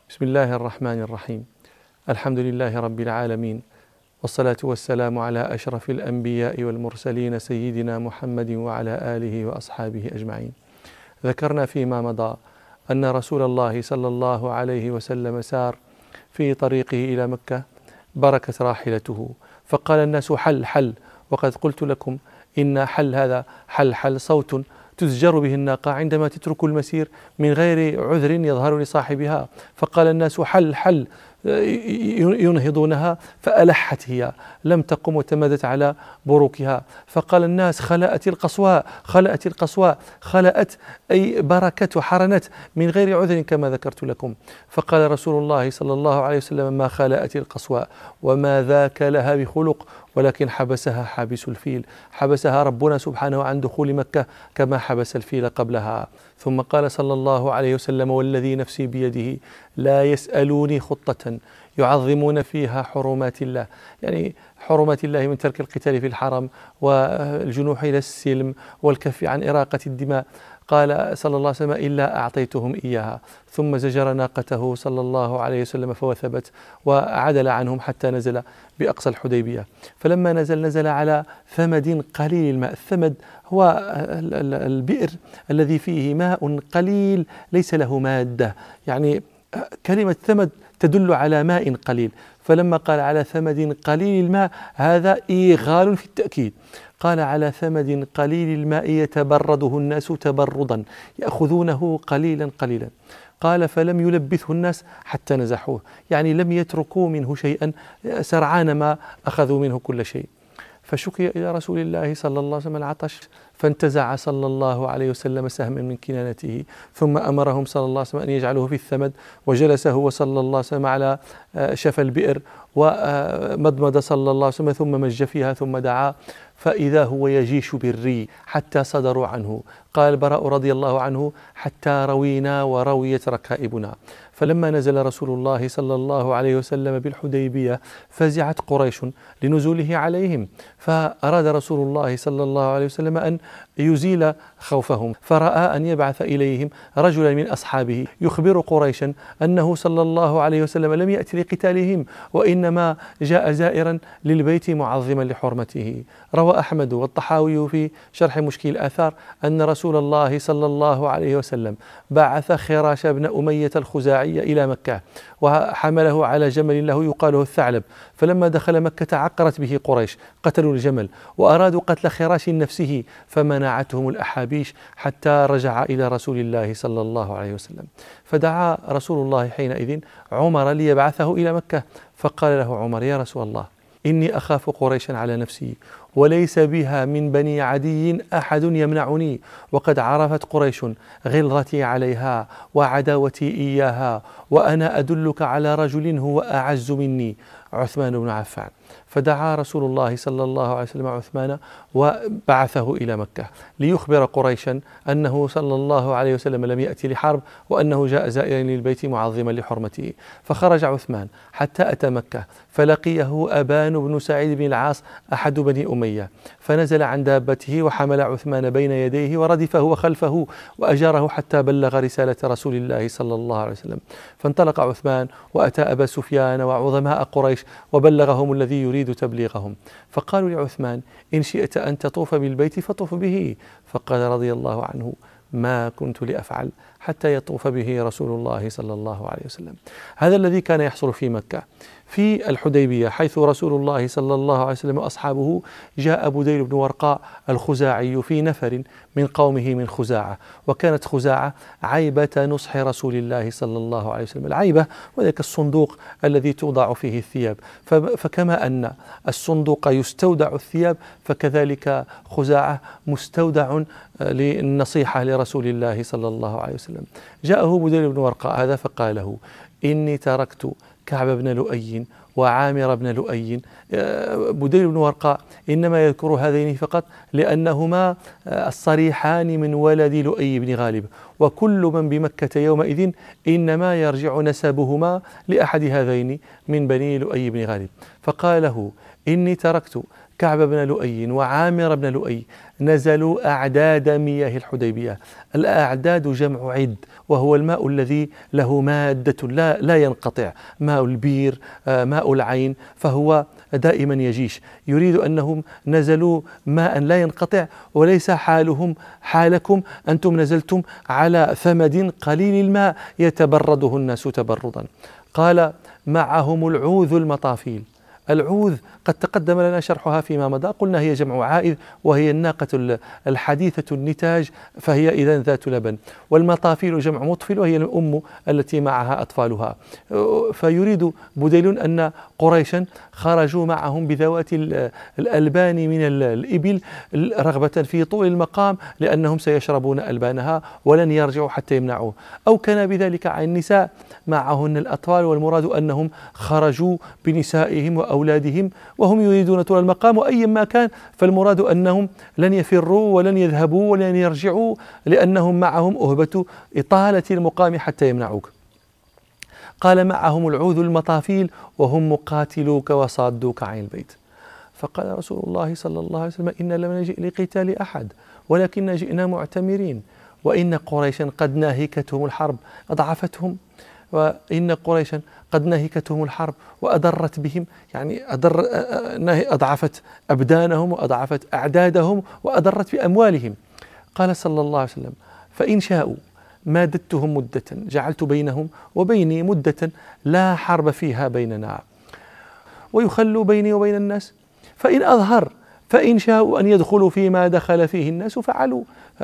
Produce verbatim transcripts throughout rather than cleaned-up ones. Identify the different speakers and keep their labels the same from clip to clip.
Speaker 1: بسم الله الرحمن الرحيم. الحمد لله رب العالمين، والصلاة والسلام على أشرف الأنبياء والمرسلين سيدنا محمد وعلى آله وأصحابه أجمعين. ذكرنا فيما مضى أن رسول الله صلى الله عليه وسلم سار في طريقه إلى مكة، بركت راحلته فقال الناس حل حل، وقد قلت لكم إن حل هذا حل حل صوت تزجر به الناقة عندما تترك المسير من غير عذر يظهر لصاحبها، فقال الناس حل حل ينهضونها فألحت هي، لم تقم وتمادت على بروكها، فقال الناس خلأت القصواء خلأت القصواء خلأت أي بركت وحرنت من غير عذر كما ذكرت لكم. فقال رسول الله صلى الله عليه وسلم ما خلأت القصواء وما ذاك لها بخلق، ولكن حبسها حابس الفيل، حبسها ربنا سبحانه عن دخول مكة كما حبس الفيل قبلها. ثم قال صلى الله عليه وسلم والذي نفسي بيده لا يسألوني خطة يعظمون فيها حرمات الله، يعني حرمات الله من ترك القتال في الحرم والجنوح إلى السلم والكف عن إراقة الدماء، قال صلى الله عليه وسلم إلا أعطيتهم إياها. ثم زجر ناقته صلى الله عليه وسلم فوثبت وعدل عنهم حتى نزل بأقصى الحديبية. فلما نزل نزل على ثمد قليل الماء، الثمد هو البئر الذي فيه ماء قليل ليس له مادة، يعني كلمة ثمد تدل على ماء قليل، فلما قال على ثمد قليل الماء هذا إيغال في التأكيد، قال على ثمد قليل الماء يتبرده الناس تبردا يأخذونه قليلا قليلا، قال فلم يلبثه الناس حتى نزحوه، يعني لم يتركوا منه شيئا، سرعان ما أخذوا منه كل شيء. فشكي إلى رسول الله صلى الله عليه وسلم العطش، فانتزع صلى الله عليه وسلم سهما من كنانته، ثم أمرهم صلى الله عليه وسلم أن يجعلوه في الثمد، وجلس هو صلى الله عليه وسلم على شفا البئر ومضمض صلى الله عليه وسلم ثم مج فيها ثم دعا، فإذا هو يجيش بالري حتى صدروا عنه، قال البراء رضي الله عنه حتى روينا ورويت ركائبنا. فلما نزل رسول الله صلى الله عليه وسلم بالحديبية فزعت قريش لنزوله عليهم، فأراد رسول الله صلى الله عليه وسلم أن يزيل خوفهم، فرأى أن يبعث إليهم رجلا من أصحابه يخبر قريشا أنه صلى الله عليه وسلم لم يأتي لقتالهم وإنما جاء زائرا للبيت معظما لحرمته. روى أحمد والطحاوي في شرح مشكل الآثار أن رسول الله صلى الله عليه وسلم بعث خراش بن أمية الخزاعي إلى مكة وحمله على جمل له يقال له الثعلب، فلما دخل مكة عقرت به قريش، قتلوا الجمل وأرادوا قتل خراش نفسه فمنعتهم الأحابيش حتى رجع إلى رسول الله صلى الله عليه وسلم. فدعا رسول الله حينئذ عمر ليبعثه إلى مكة، فقال له عمر يا رسول الله إني أخاف قريشا على نفسي وليس بها من بني عدي أحد يمنعني، وقد عرفت قريش غلظتي عليها وعداوتي إياها، وأنا أدلك على رجل هو أعز مني عثمان بن عفان. فدعا رسول الله صلى الله عليه وسلم عثمان وبعثه إلى مكة ليخبر قريشا أنه صلى الله عليه وسلم لم يأتي لحرب وأنه جاء زائرا للبيت معظما لحرمته. فخرج عثمان حتى أتى مكة فلقيه أبان بن سعيد بن العاص أحد بني أمية، فنزل عن دابته وحمل عثمان بين يديه وردفه وخلفه وأجاره حتى بلغ رسالة رسول الله صلى الله عليه وسلم. فانطلق عثمان وأتى أبا سفيان وعظماء قريش وبلغهم الذي يريد تبليغهم، فقالوا لعثمان إن شئت أن تطوف بالبيت فطوف به، فقال رضي الله عنه ما كنت لأفعل حتى يطوف به رسول الله صلى الله عليه وسلم. هذا الذي كان يحصل في مكة. في الحديبية حيث رسول الله صلى الله عليه وسلم وأصحابه جاء بديل بن ورقاء الخزاعي في نفر من قومه من خزاعة، وكانت خزاعة عيبة نصح رسول الله صلى الله عليه وسلم. العيبة وذلك الصندوق الذي توضع فيه الثياب، فكما أن الصندوق يستودع الثياب فكذلك خزاعة مستودع للنصيحة لرسول الله صلى الله عليه وسلم. جاءه بديل بن ورقاء هذا فقال له إني تركت كعب بن لؤي وعامر بن لؤي. بديل بن ورقاء إنما يذكر هذين فقط لأنهما الصريحان من ولد لؤي بن غالب، وكل من بمكة يومئذ إنما يرجع نسبهما لأحد هذين من بني لؤي بن غالب. فقال له إني تركت كعب بن لؤي وعامر بن لؤي نزلوا أعداد مياه الحديبية. الأعداد جمع عد، وهو الماء الذي له مادة لا, لا ينقطع، ماء البير، ماء العين، فهو دائما يجيش. يريد أنهم نزلوا ماء لا ينقطع، وليس حالهم حالكم، أنتم نزلتم على ثمد قليل الماء يتبرده الناس تبردا. قال معهم العوذ المطافيل. العوذ قد تقدم لنا شرحها فيما مضى، قلنا هي جمع عائذ، وهي الناقة الحديثة النتاج، فهي إذن ذات لبن. والمطافيل جمع مطفل، وهي الأم التي معها أطفالها. فيريد بديل أن قريشا خرجوا معهم بذوات الألبان من الإبل رغبة في طول المقام، لأنهم سيشربون ألبانها ولن يرجعوا حتى يمنعوه. أو كان بذلك عن النساء معهن الأطفال، والمراد أنهم خرجوا بنسائهم وأولادهم وهم يريدون طول المقام، وأي ما كان فالمراد أنهم لن يفروا ولن يذهبوا ولن يرجعوا، لأنهم معهم أهبة إطالة المقام حتى يمنعوك. قال معهم العوذ المطافيل وهم مقاتلوك وصادوك عن البيت. فقال رسول الله صلى الله عليه وسلم إن لم نجئ لقتال أحد، ولكن جئنا معتمرين، وإن قريشا قد ناهكتهم الحرب أضعفتهم، وإن قريشا قد ناهكتهم الحرب وأضرت بهم، يعني أضر أضعفت أبدانهم وأضعفت أعدادهم وأضرت بأموالهم. قال صلى الله عليه وسلم فإن شاءوا مادتهم مدة، جعلت بينهم وبيني مدة لا حرب فيها بيننا، ويخلوا بيني وبين الناس. فإن أظهر فإن شاءوا أن يدخلوا فيما دخل فيه الناس فعلوا،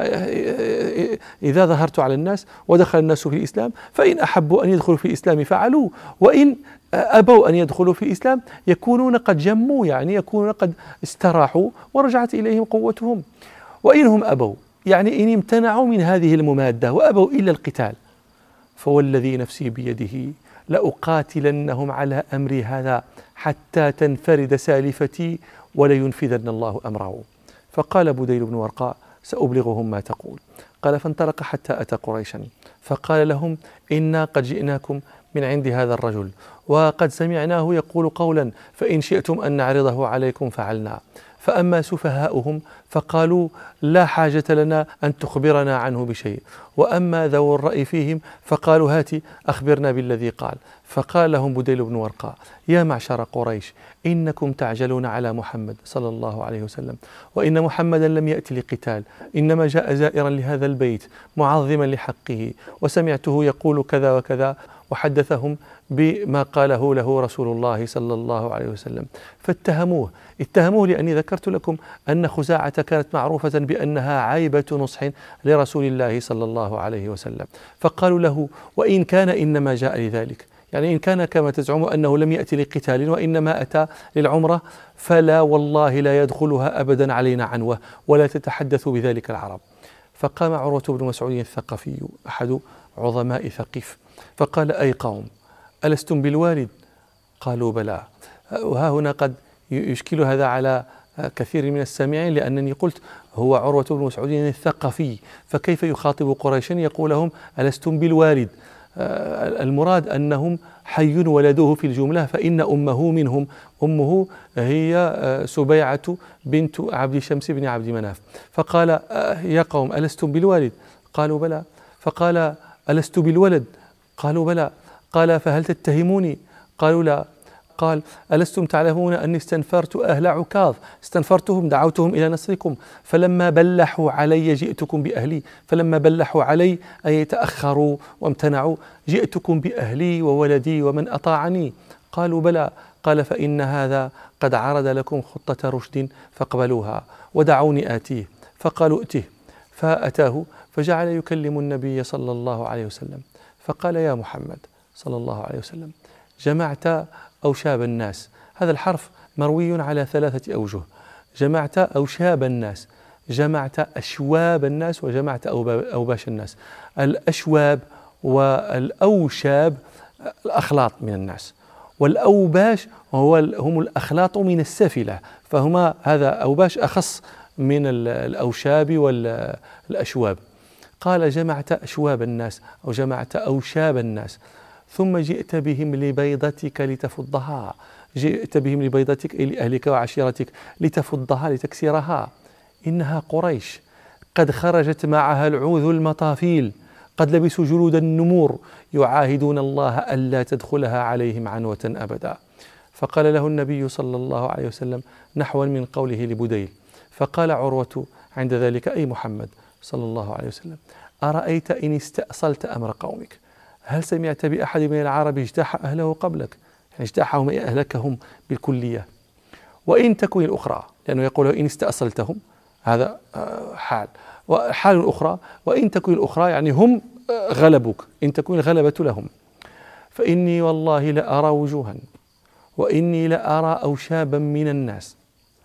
Speaker 1: إذا ظهرت على الناس ودخل الناس في الإسلام فإن أحبوا أن يدخلوا في الإسلام فعلوا، وإن أبوا أن يدخلوا في الإسلام يكونون قد جموا، يعني يكونون قد استراحوا ورجعت إليهم قوتهم. وإنهم أبوا، يعني إن امتنعوا من هذه الممادة وأبوا إلا القتال، فوالذي نفسي بيده لأقاتلنهم على أمري هذا حتى تنفرد سالفتي ولينفذن الله أمره. فقال بديل بن ورقاء سأبلغهم ما تقول. قال فانطلق حتى أتى قريشا فقال لهم إنا قد جئناكم من عند هذا الرجل، وقد سمعناه يقول قولا، فإن شئتم أن نعرضه عليكم فعلنا. فأما سفهاؤهم فقالوا لا حاجة لنا أن تخبرنا عنه بشيء، وأما ذو الرأي فيهم فقالوا هات أخبرنا بالذي قال. فقال لهم بديل بن ورقاء يا معشر قريش إنكم تعجلون على محمد صلى الله عليه وسلم، وإن محمدا لم يأتي لقتال، إنما جاء زائرا لهذا البيت معظما لحقه، وسمعته يقول كذا وكذا، وحدثهم بما قاله له رسول الله صلى الله عليه وسلم. فاتهموه اتهموه لأني ذكرت لكم أن خزاعة كانت معروفة بأنها عيبة نصح لرسول الله صلى الله عليه وسلم. فقالوا له وإن كان إنما جاء لذلك، يعني إن كان كما تزعم أنه لم يأتي لقتال وإنما أتى للعمرة، فلا والله لا يدخلها أبدا علينا عنوة، ولا تتحدث بذلك العرب. فقام عروة بن مسعود الثقفي أحد عظماء ثقيف فقال أي قوم ألستم بالوالد؟ قالوا بلى. وها هنا قد يشكل هذا على كثير من السامعين، لأنني قلت هو عروة بن مسعود الثقفي، فكيف يخاطب قريشا يقول لهم ألستم بالوالد؟ المراد أنهم حي ولدوه في الجملة، فإن أمه منهم، أمه هي سبيعة بنت عبد شمس بن عبد مناف. فقال يا قوم ألستم بالوالد؟ قالوا بلى. فقال ألست بالولد؟ قالوا بلى. قال فهل تتهموني؟ قالوا لا. قال ألستم تعلمون أني استنفرت أهل عكاظ، استنفرتهم دعوتهم إلى نصركم، فلما بلحوا علي جئتكم بأهلي، فلما بلحوا علي أي تأخروا وامتنعوا جئتكم بأهلي وولدي ومن أطاعني. قالوا بلى. قال فإن هذا قد عرض لكم خطة رشد فاقبلوها ودعوني آتيه. فقالوا ائته. فأتاه فجعل يكلم النبي صلى الله عليه وسلم فقال يا محمد صلى الله عليه وسلم جمعت أوشاب الناس. هذا الحرف مروي على ثلاثة أوجه، جمعت أوشاب الناس، جمعت أشواب الناس، وجمعت أوباش الناس. الأشواب والأوشاب الأخلاط من الناس، والأوباش هو هم الأخلاط من السفلة، فهما هذا أوباش أخص من الأوشاب والأشواب. قال جمعت أشواب الناس أو جمعت أوشاب الناس، ثم جئت بهم لبيضتك لتفضها، جئت بهم لبيضتك أي لأهلك وعشيرتك لتفضها لتكسرها. إنها قريش قد خرجت معها العوذ المطافيل، قد لبسوا جلود النمور، يعاهدون الله ألا تدخلها عليهم عنوة أبدا. فقال له النبي صلى الله عليه وسلم نحوا من قوله لبديل. فقال عروة عند ذلك أي محمد صلى الله عليه وسلم أرأيت إن استأصلت أمر قومك، هل سمعت بأحد من العرب اجتاح أهله قبلك؟ يعني اجتاحهم أي أهلكهم بالكلية. وإن تكن الأخرى، لأنه يقول إن استأصلتهم هذا حال، وحال أخرى وإن تكن الأخرى يعني هم غلبوك، إن تكن الغلبة لهم. فإني والله لأرى وجوها وإني لأرى أوشابا من الناس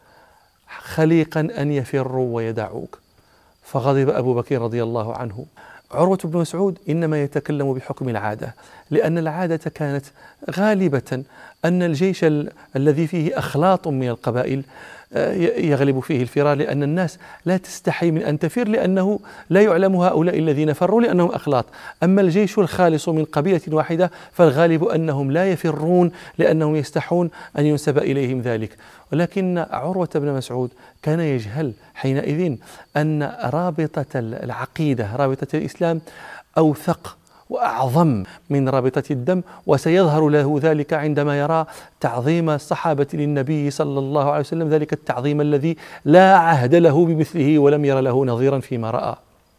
Speaker 1: خليقا أن يفروا ويدعوك. فغضب أبو بكر رضي الله عنه. عروة بن مسعود إنما يتكلم بحكم العادة، لأن العادة كانت غالبة أن الجيش ال الذي فيه أخلاط من القبائل يغلب فيه الفرار، لأن الناس لا تستحي من أن تفر، لأنه لا يعلم هؤلاء الذين فروا لأنهم أخلاط. أما الجيش الخالص من قبيلة واحدة فالغالب أنهم لا يفرون لأنهم يستحون أن ينسب إليهم ذلك. ولكن عروة بن مسعود كان يجهل حينئذ أن رابطة العقيدة، رابطة الإسلام أوثق وأعظم من رابطة الدم، وسيظهر له ذلك عندما يرى تعظيم الصحابة للنبي صلى الله عليه وسلم، ذلك التعظيم الذي لا عهد له بمثله ولم ير له نظيرا فيما رأى.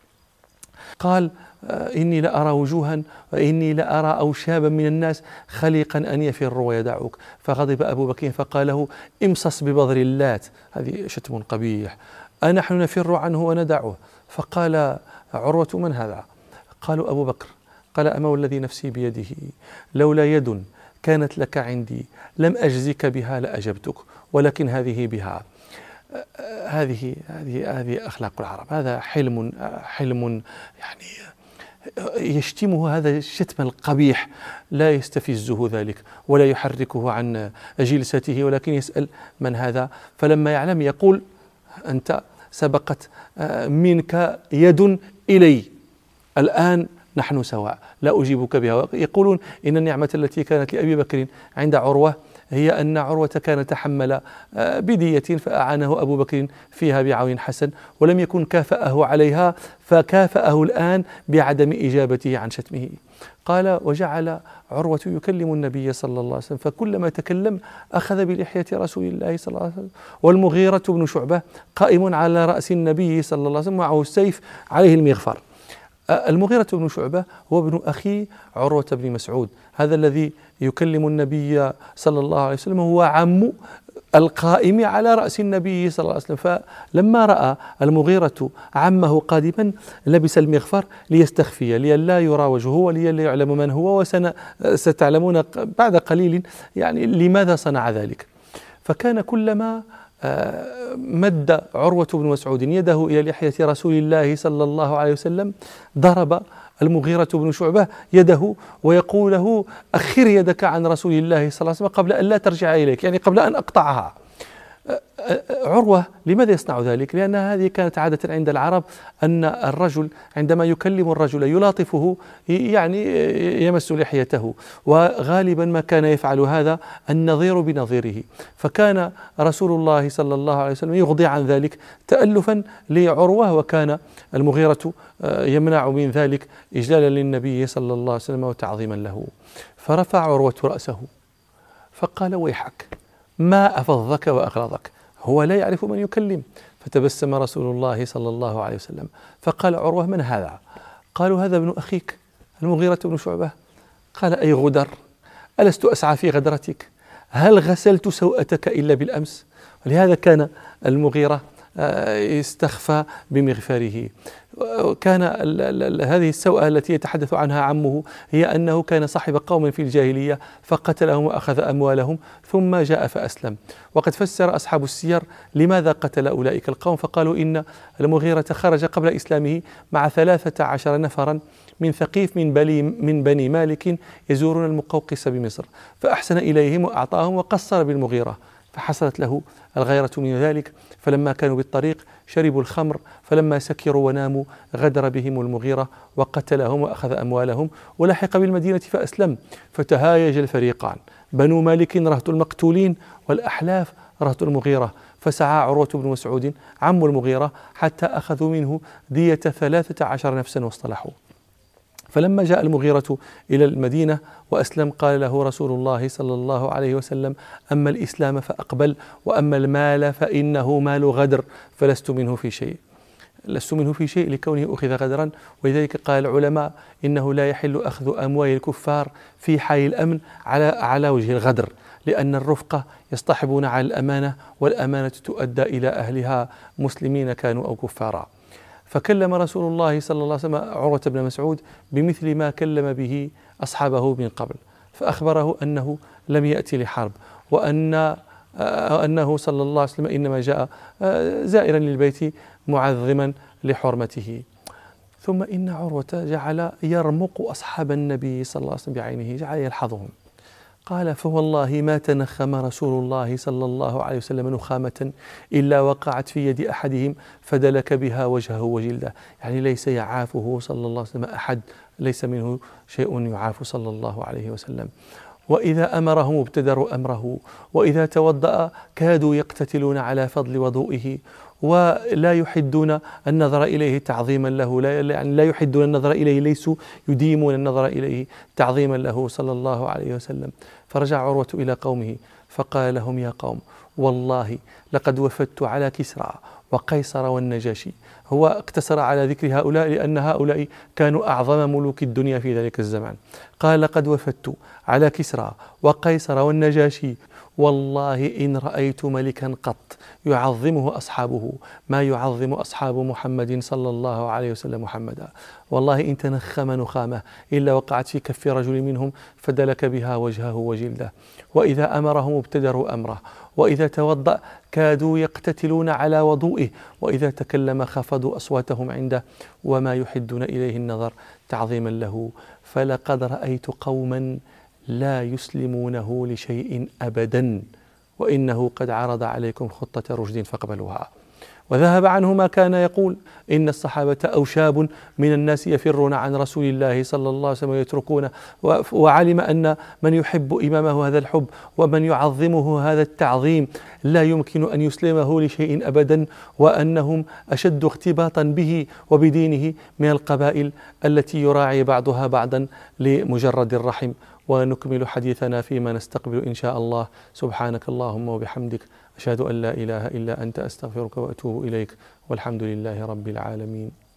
Speaker 1: قال إني لأرى وجوها وإني لأرى أوشابا من الناس خليقا أن يفروا ويدعوك. فغضب أبو بكر فقال له امصص ببذر اللات، هذه شتم قبيح، أنحن نفر عنه وندعه؟ فقال عروة من هذا؟ قالوا أبو بكر. قال أما والذي نفسي بيده لولا يد كانت لك عندي لم أجزك بها لأجبتك، ولكن هذه بها. هذه هذه هذه أخلاق العرب، هذا حلم حلم يعني يشتمه هذا الشتم القبيح، لا يستفزه ذلك ولا يحركه عن جلسته، ولكن يسأل من هذا؟ فلما يعلم يقول أنت سبقت منك يد إلي، الآن نحن سواء لا أجيبك بها. يقولون إن النعمة التي كانت لأبي بكر عند عروة هي أن عروة كان تحمل بدية فأعانه أبو بكر فيها بعون حسن، ولم يكن كافأه عليها فكافأه الآن بعدم إجابته عن شتمه. قال وجعل عروة يكلم النبي صلى الله عليه وسلم، فكلما تكلم أخذ بلحية رسول الله صلى الله عليه وسلم. والمغيرة بن شعبة قائم على رأس النبي صلى الله عليه وسلم معه السيف عليه المغفر. المغيرة بن شعبة هو ابن أخي عروة بن مسعود، هذا الذي يكلم النبي صلى الله عليه وسلم هو عم القائم على رأس النبي صلى الله عليه وسلم. فلما رأى المغيرة عمه قادما لبس المغفر ليستخفي لئلا يرى وجهه ولئلا يعلم من هو، وستعلمون بعد قليل يعني لماذا صنع ذلك. فكان كلما مد عروة بن مسعود يده إلى لحية رسول الله صلى الله عليه وسلم ضرب المغيرة بن شعبة يده ويقول له أخر يدك عن رسول الله صلى الله عليه وسلم قبل أن لا ترجع إليك، يعني قبل أن أقطعها. عروة لماذا يصنع ذلك؟ لأن هذه كانت عادة عند العرب أن الرجل عندما يكلم الرجل يلاطفه يعني يمس لحيته، وغالبا ما كان يفعل هذا النظير بنظيره. فكان رسول الله صلى الله عليه وسلم يغضي عن ذلك تألفا لعروة، وكان المغيرة يمنع من ذلك إجلالا للنبي صلى الله عليه وسلم وتعظيما له. فرفع عروة رأسه فقال ويحك ما أفضك وأغلظك، هو لا يعرف من يكلم. فتبسم رسول الله صلى الله عليه وسلم فقال عروة من هذا؟ قالوا هذا ابن أخيك المغيرة بن شعبة. قال أي غدر، ألست أسعى في غدرتك؟ هل غسلت سوءتك إلا بالأمس؟ ولهذا كان المغيرة استخفى بمغفره. كان هذه السوءة التي يتحدث عنها عمه هي أنه كان صاحب قوم في الجاهلية فقتلهم وأخذ أموالهم ثم جاء فأسلم. وقد فسر أصحاب السير لماذا قتل أولئك القوم، فقالوا إن المغيرة خرج قبل إسلامه مع ثلاثة عشر نفرا من ثقيف من بني, من بني مالك يزورون المقوقس بمصر، فأحسن إليهم وأعطاهم وقصر بالمغيرة، فحصلت له الغيرة من ذلك، فلما كانوا بالطريق شربوا الخمر، فلما سكروا وناموا غدر بهم المغيرة وقتلهم وأخذ أموالهم، ولحق بالمدينة فأسلم. فتهايج الفريقان، بنو مالك رهط المقتولين، والأحلاف رهط المغيرة، فسعى عروة بن مسعود عم المغيرة حتى أخذوا منه دية ثلاثة عشر نفسا واصطلحوا. فلما جاء المغيرة إلى المدينة وأسلم قال له رسول الله صلى الله عليه وسلم: أما الإسلام فأقبل، وأما المال فإنه مال غدر، فلست منه في شيء. لست منه في شيء لكونه أخذ غدرا. ولذلك قال العلماء إنه لا يحل أخذ أموال الكفار في حال الأمن على على وجه الغدر، لأن الرفقة يصطحبون على الأمانة، والأمانة تؤدى إلى أهلها مسلمين كانوا أو كفارا. فكلم رسول الله صلى الله عليه وسلم عروة بن مسعود بمثل ما كلم به أصحابه من قبل، فأخبره أنه لم يأتي لحرب، وأن أنه صلى الله عليه وسلم إنما جاء زائرا للبيت معظما لحرمته. ثم إن عروة جعل يرمق أصحاب النبي صلى الله عليه وسلم بعينه، جعل يلحظهم. قال: فوالله ما تنخم رسول الله صلى الله عليه وسلم نخامة إلا وقعت في يد أحدهم فدلك بها وجهه وجلده. يعني ليس يعافه صلى الله عليه وسلم أحد، ليس منه شيء يعاف صلى الله عليه وسلم. وإذا أمرهم ابتدروا أمره، وإذا توضأ كادوا يقتتلون على فضل وضوئه، ولا يحدون النظر إليه تعظيما له، لا, يعني لا يحدون النظر إليه، ليسوا يديمون النظر إليه تعظيما له صلى الله عليه وسلم. فرجع عروة إلى قومه فقال لهم: يا قوم، والله لقد وفدت على كسرى وقيصر والنجاشي. هو اقتصر على ذكر هؤلاء لأن هؤلاء كانوا أعظم ملوك الدنيا في ذلك الزمان. قال: لقد وفدت على كسرى وقيصر والنجاشي، والله إن رأيت ملكا قط يعظمه أصحابه ما يعظم أصحاب محمد صلى الله عليه وسلم محمدا. والله إن تنخم نخامة إلا وقعت في كف رجل منهم فدلك بها وجهه وجلده. وإذا أمرهم ابتدروا أمره، وإذا توضأ كادوا يقتتلون على وضوئه، وإذا تكلم خفضوا أصواتهم عنده، وما يحدون إليه النظر تعظيما له. فلقد رأيت قوما لا يسلمونه لشيء أبدا، وإنه قد عرض عليكم خطة رشد فاقبلوها. وذهب عنه ما كان يقول: إن الصحابة أوشاب من الناس يفرون عن رسول الله صلى الله عليه وسلم ويتركونه. وعلم أن من يحب إمامه هذا الحب ومن يعظمه هذا التعظيم لا يمكن أن يسلمه لشيء أبدا، وأنهم أشد اختباطا به وبدينه من القبائل التي يراعي بعضها بعضا لمجرد الرحم. ونكمل حديثنا فيما نستقبل إن شاء الله. سبحانك اللهم وبحمدك، أشهد أن لا إله إلا أنت، أستغفرك وأتوب إليك، والحمد لله رب العالمين.